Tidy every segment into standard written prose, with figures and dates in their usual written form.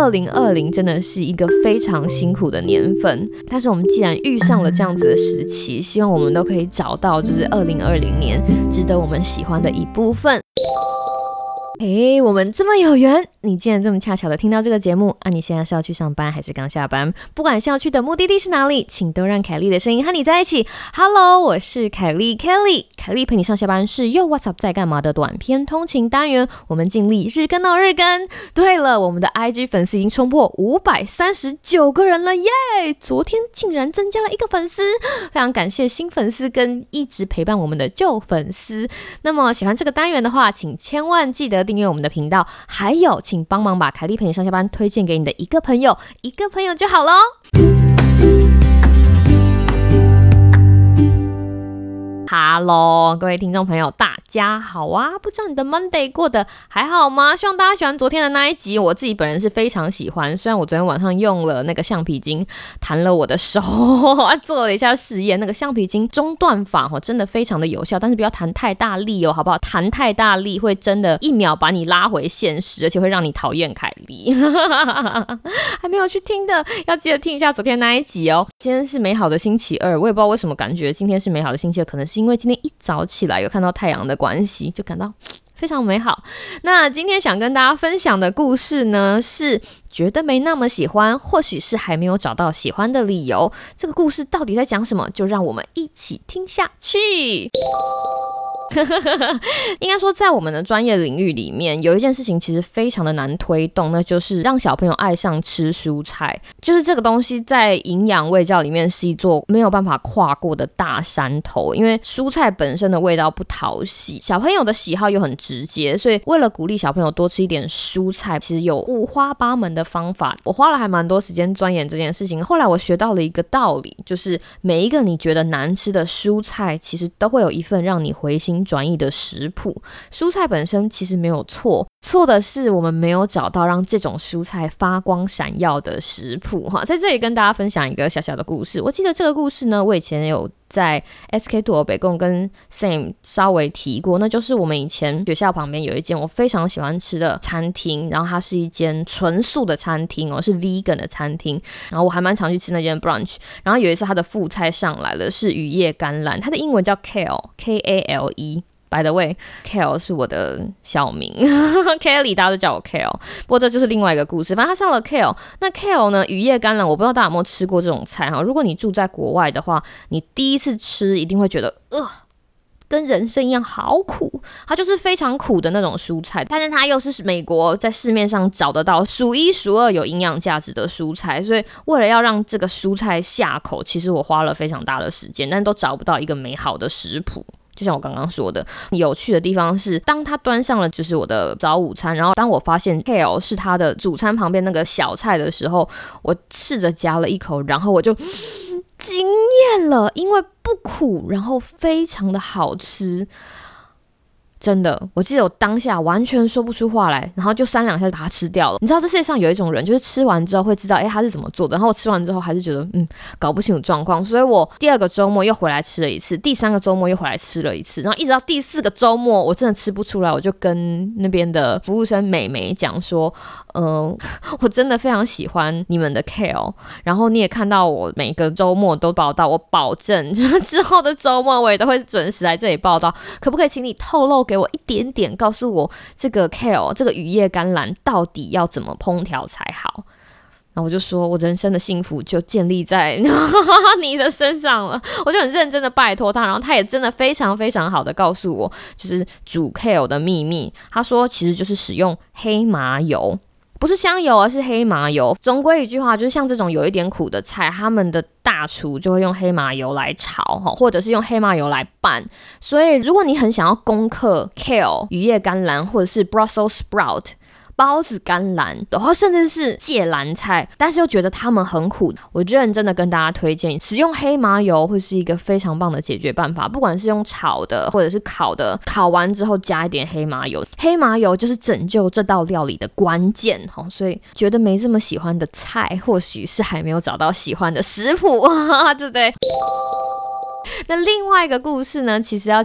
2020真的是一个非常辛苦的年份，但是我们既然遇上了这样子的时期，希望我们都可以找到就是2020年值得我们喜欢的一部分。我们这么有缘，你竟然这么恰巧的听到这个节目啊！你现在是要去上班还是刚下班？不管是要去的目的地是哪里，请都让凯莉的声音和你在一起。Hello， 我是凯莉 Kelly， 凯莉陪你上下班是又 What's Up 在干嘛的短篇通勤单元，我们尽力日更到日更。对了，我们的 IG 粉丝已经冲破539个人了耶！昨天竟然增加了一个粉丝，非常感谢新粉丝跟一直陪伴我们的旧粉丝。那么喜欢这个单元的话，请千万记得订阅我们的频道，还有请帮忙把凯莉陪你上下班推荐给你的一个朋友就好咯。Hello， 各位听众朋友，大家好啊！不知道你的 Monday 过得还好吗？希望大家喜欢昨天的那一集，我自己本人是非常喜欢。虽然我昨天晚上用了那个橡皮筋弹了我的手，做了一下试验，那个橡皮筋中断法真的非常的有效，但是不要弹太大力哦，好不好？弹太大力会真的1秒把你拉回现实，而且会让你讨厌凯莉。还没有去听的，要记得听一下昨天那一集哦。今天是美好的星期二，我也不知道为什么感觉今天是美好的星期二，可能是因为今天一早起来有看到太阳的关系，就感到非常美好。那今天想跟大家分享的故事呢，是觉得没那么喜欢，或许是还没有找到喜欢的理由。这个故事到底在讲什么？就让我们一起听下去。应该说在我们的专业领域里面，有一件事情其实非常的难推动，那就是让小朋友爱上吃蔬菜。就是这个东西在营养卫教里面是一座没有办法跨过的大山头，因为蔬菜本身的味道不讨喜，小朋友的喜好又很直接，所以为了鼓励小朋友多吃一点蔬菜，其实有五花八门的方法。我花了还蛮多时间钻研这件事情，后来我学到了一个道理，就是每一个你觉得难吃的蔬菜，其实都会有一份让你回心转意的食谱。蔬菜本身其实没有错，错的是我们没有找到让这种蔬菜发光闪耀的食谱。在这里跟大家分享一个小小的故事。我记得这个故事呢，我以前有在 SK2 北贡跟 Sam 稍微提过，那就是我们以前学校旁边有一间我非常喜欢吃的餐厅，然后它是一间纯素的餐厅是 vegan 的餐厅，然后我还蛮常去吃那间 brunch。然后有一次它的副菜上来了，是羽叶甘蓝，它的英文叫 Kale K-A-L-E。By the way， Kale 是我的小名Kelly 大家都叫我 Kale， 不过这就是另外一个故事。反正他上了 Kale， 那 Kale 呢，羽叶甘蓝，我不知道大家有没有吃过这种菜如果你住在国外的话，你第一次吃一定会觉得跟人生一样好苦，它就是非常苦的那种蔬菜，但是它又是美国在市面上找得到数一数二有营养价值的蔬菜，所以为了要让这个蔬菜下口，其实我花了非常大的时间，但都找不到一个美好的食谱。就像我刚刚说的，有趣的地方是，当他端上了就是我的早午餐，然后当我发现 Kale 是他的主餐旁边那个小菜的时候，我试着夹了一口，然后我就惊艳了，因为不苦，然后非常的好吃。真的，我记得我当下完全说不出话来，然后就3-2下就把它吃掉了。你知道这世界上有一种人，就是吃完之后会知道他是怎么做的，然后我吃完之后还是觉得搞不清楚状况，所以我第2个周末又回来吃了一次，第3个周末又回来吃了一次，然后一直到第4个周末我真的吃不出来，我就跟那边的服务生美眉讲说我真的非常喜欢你们的 Kale， 然后你也看到我每个周末都报道，我保证之后的周末我也都会准时来这里报道，可不可以请你透露给我一点点，告诉我这个 Kale 这个羽叶甘蓝到底要怎么烹调才好？然后我就说我人生的幸福就建立在你的身上了，我就很认真的拜托他，然后他也真的非常非常好的告诉我就是煮 Kale 的秘密。他说其实就是使用黑麻油，不是香油，而是黑麻油。总归一句话，就是像这种有一点苦的菜，他们的大厨就会用黑麻油来炒，或者是用黑麻油来拌。所以如果你很想要攻克 Kale 羽叶甘蓝，或者是 Brussels Sprout包子甘蓝，然后甚至是芥蓝菜，但是又觉得它们很苦，我认真的跟大家推荐使用黑麻油会是一个非常棒的解决办法，不管是用炒的或者是烤的，烤完之后加一点黑麻油，黑麻油就是拯救这道料理的关键。所以觉得没这么喜欢的菜，或许是还没有找到喜欢的食谱对不对？那另外一个故事呢，其实要讲到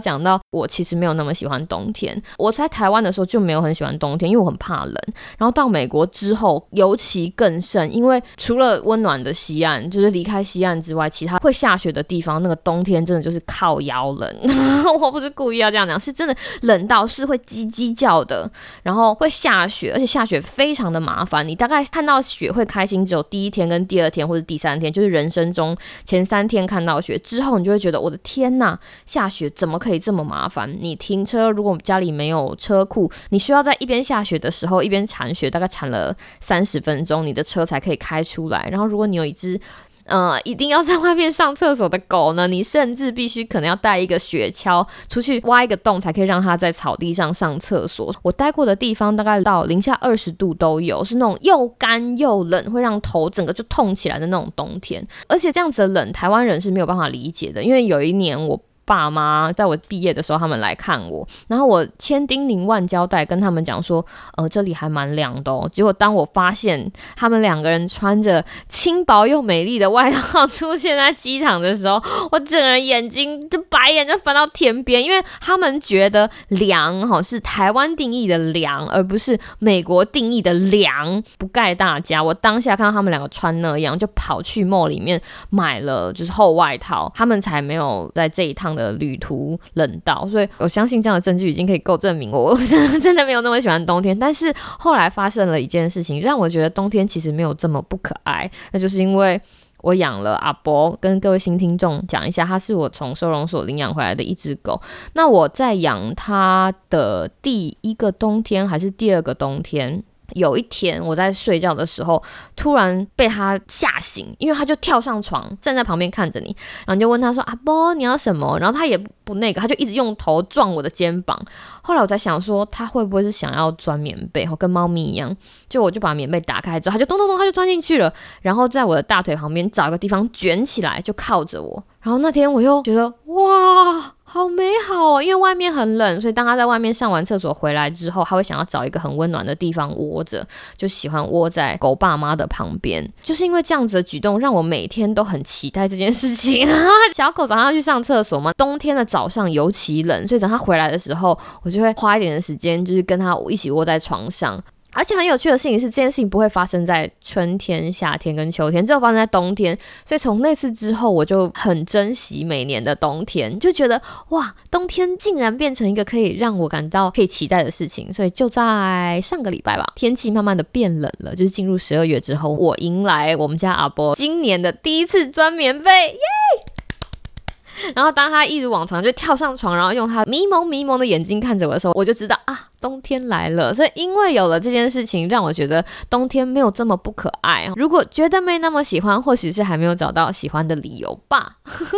我其实没有那么喜欢冬天。我在台湾的时候就没有很喜欢冬天，因为我很怕冷。然后到美国之后尤其更甚，因为除了温暖的西岸，就是离开西岸之外，其他会下雪的地方，那个冬天真的就是靠腰冷。我不是故意要这样讲，是真的冷到是会叽叽叫的，然后会下雪，而且下雪非常的麻烦。你大概看到雪会开心只有第一天跟第二天或者第三天，就是人生中前3天看到雪之后，你就会觉得我的天哪，下雪怎么可以这么麻烦？你停车，如果家里没有车库，你需要在一边下雪的时候一边铲雪，大概铲了30分钟，你的车才可以开出来。然后如果你有一只一定要在外面上厕所的狗呢，你甚至必须可能要带一个雪橇出去挖一个洞，才可以让它在草地上上厕所。我待过的地方大概到-20°都有，是那种又干又冷，会让头整个就痛起来的那种冬天。而且这样子的冷，台湾人是没有办法理解的，因为有一年我爸妈在我毕业的时候他们来看我，然后我千叮咛万交代跟他们讲说这里还蛮凉的哦。结果当我发现他们2个人穿着轻薄又美丽的外套出现在机场的时候，我整个人眼睛就白眼就翻到天边，因为他们觉得凉是台湾定义的凉，而不是美国定义的凉，不盖大家。我当下看到他们2个穿那样，就跑去 mall 里面买了就是厚外套，他们才没有在这一趟的旅途冷到。所以我相信这样的证据已经可以够证明我真的没有那么喜欢冬天。但是后来发生了一件事情，让我觉得冬天其实没有这么不可爱，那就是因为我养了阿波，跟各位新听众讲一下，它是我从收容所领养回来的一只狗。那我在养它的第1个冬天还是第2个冬天，有一天我在睡觉的时候突然被他吓醒，因为他就跳上床站在旁边看着你，然后你就问他说阿波你要什么，然后他也不那个，他就一直用头撞我的肩膀。后来我在想说他会不会是想要钻棉被，跟猫咪一样，就我就把棉被打开之后他就咚咚咚他就钻进去了，然后在我的大腿旁边找一个地方卷起来就靠着我。然后那天我又觉得哇好美好哦，因为外面很冷，所以当他在外面上完厕所回来之后，他会想要找一个很温暖的地方窝着，就喜欢窝在狗爸妈的旁边。就是因为这样子的举动，让我每天都很期待这件事情。小狗早上要去上厕所嘛，冬天的早上尤其冷，所以等他回来的时候，我就会花一点的时间，就是跟他一起窝在床上。而且很有趣的事情是，这件事情不会发生在春天、夏天跟秋天，只有发生在冬天。所以从那次之后，我就很珍惜每年的冬天，就觉得哇，冬天竟然变成一个可以让我感到可以期待的事情。所以就在上个礼拜吧，天气慢慢的变冷了，就是进入12月之后，我迎来我们家阿波今年的第1次钻棉被，耶！然后当他一如往常就跳上床，然后用他迷蒙的眼睛看着我的时候，我就知道啊，冬天来了。所以因为有了这件事情，让我觉得冬天没有这么不可爱。如果觉得没那么喜欢，或许是还没有找到喜欢的理由吧。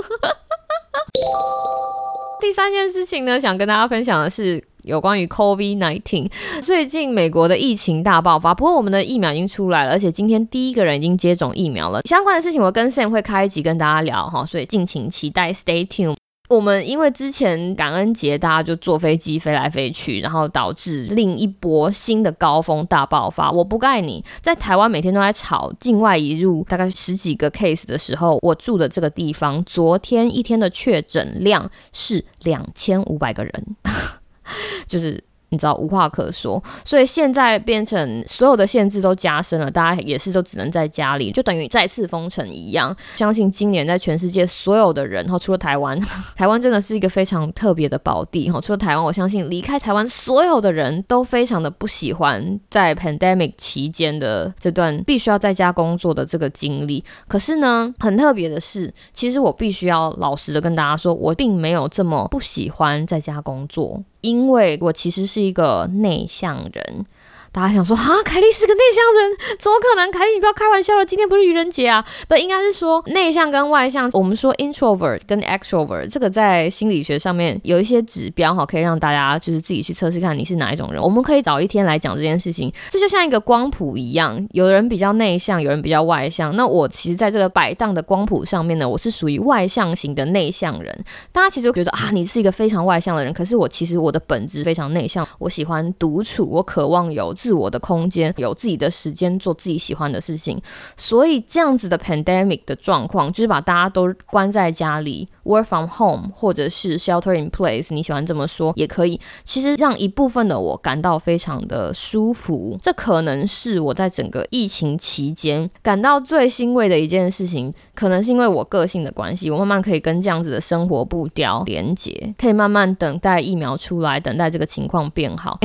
第3件事情呢，想跟大家分享的是有关于 COVID-19。 最近美国的疫情大爆发，不过我们的疫苗已经出来了，而且今天第1个人已经接种疫苗了。相关的事情我跟 Sam 会开一集跟大家聊，所以敬请期待 Stay tuned。我们因为之前感恩节大家就坐飞机飞来飞去，然后导致另一波新的高峰大爆发。我不盖你，在台湾每天都在吵境外移入大概10几个 case 的时候，我住的这个地方昨天一天的确诊量是2500个人。就是你知道无话可说，所以现在变成所有的限制都加深了，大家也是都只能在家里，就等于再次封城一样。相信今年在全世界所有的人，除了台湾，台湾真的是一个非常特别的宝地，除了台湾，我相信离开台湾所有的人都非常的不喜欢在 pandemic 期间的这段必须要在家工作的这个经历。可是呢，很特别的是，其实我必须要老实的跟大家说，我并没有这么不喜欢在家工作，因为我其实是一个内向人。大家想说凯莉是个内向人，怎么可能？凯莉你不要开玩笑了，今天不是愚人节啊。不，应该是说内向跟外向，我们说 introvert 跟 extrovert， 这个在心理学上面有一些指标可以让大家就是自己去测试看你是哪一种人。我们可以找一天来讲这件事情。这就像一个光谱一样，有人比较内向，有人比较外向。那我其实在这个摆荡的光谱上面呢，我是属于外向型的内向人。大家其实觉得你是一个非常外向的人，可是我其实我的本质非常内向，我喜欢独处，我渴望有自我的空间，有自己的时间做自己喜欢的事情。所以这样子的 pandemic 的状况，就是把大家都关在家里 work from home 或者是 shelter in place， 你喜欢这么说也可以，其实让一部分的我感到非常的舒服。这可能是我在整个疫情期间感到最欣慰的一件事情，可能是因为我个性的关系，我慢慢可以跟这样子的生活步调连结，可以慢慢等待疫苗出来，等待这个情况变好。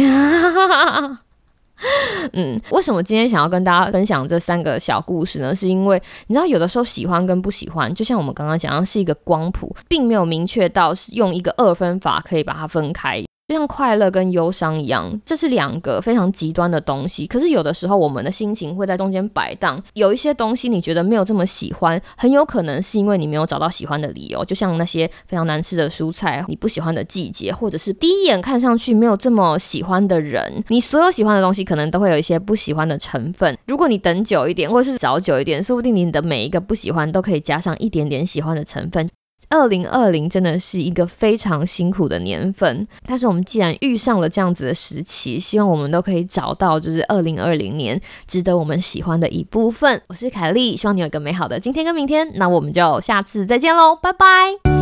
为什么今天想要跟大家分享这3个小故事呢？是因为你知道有的时候喜欢跟不喜欢，就像我们刚刚讲的是一个光谱，并没有明确到是用一个2分法可以把它分开。就像快乐跟忧伤一样，这是2个非常极端的东西，可是有的时候我们的心情会在中间摆荡，有一些东西你觉得没有这么喜欢，很有可能是因为你没有找到喜欢的理由，就像那些非常难吃的蔬菜，你不喜欢的季节，或者是第一眼看上去没有这么喜欢的人，你所有喜欢的东西可能都会有一些不喜欢的成分。如果你等久一点，或者是找久一点，说不定你的每一个不喜欢都可以加上一点点喜欢的成分。2020真的是一个非常辛苦的年份，但是我们既然遇上了这样子的时期，希望我们都可以找到就是2020年值得我们喜欢的一部分。我是凯莉，希望你有一个美好的今天跟明天，那我们就下次再见咯，拜拜。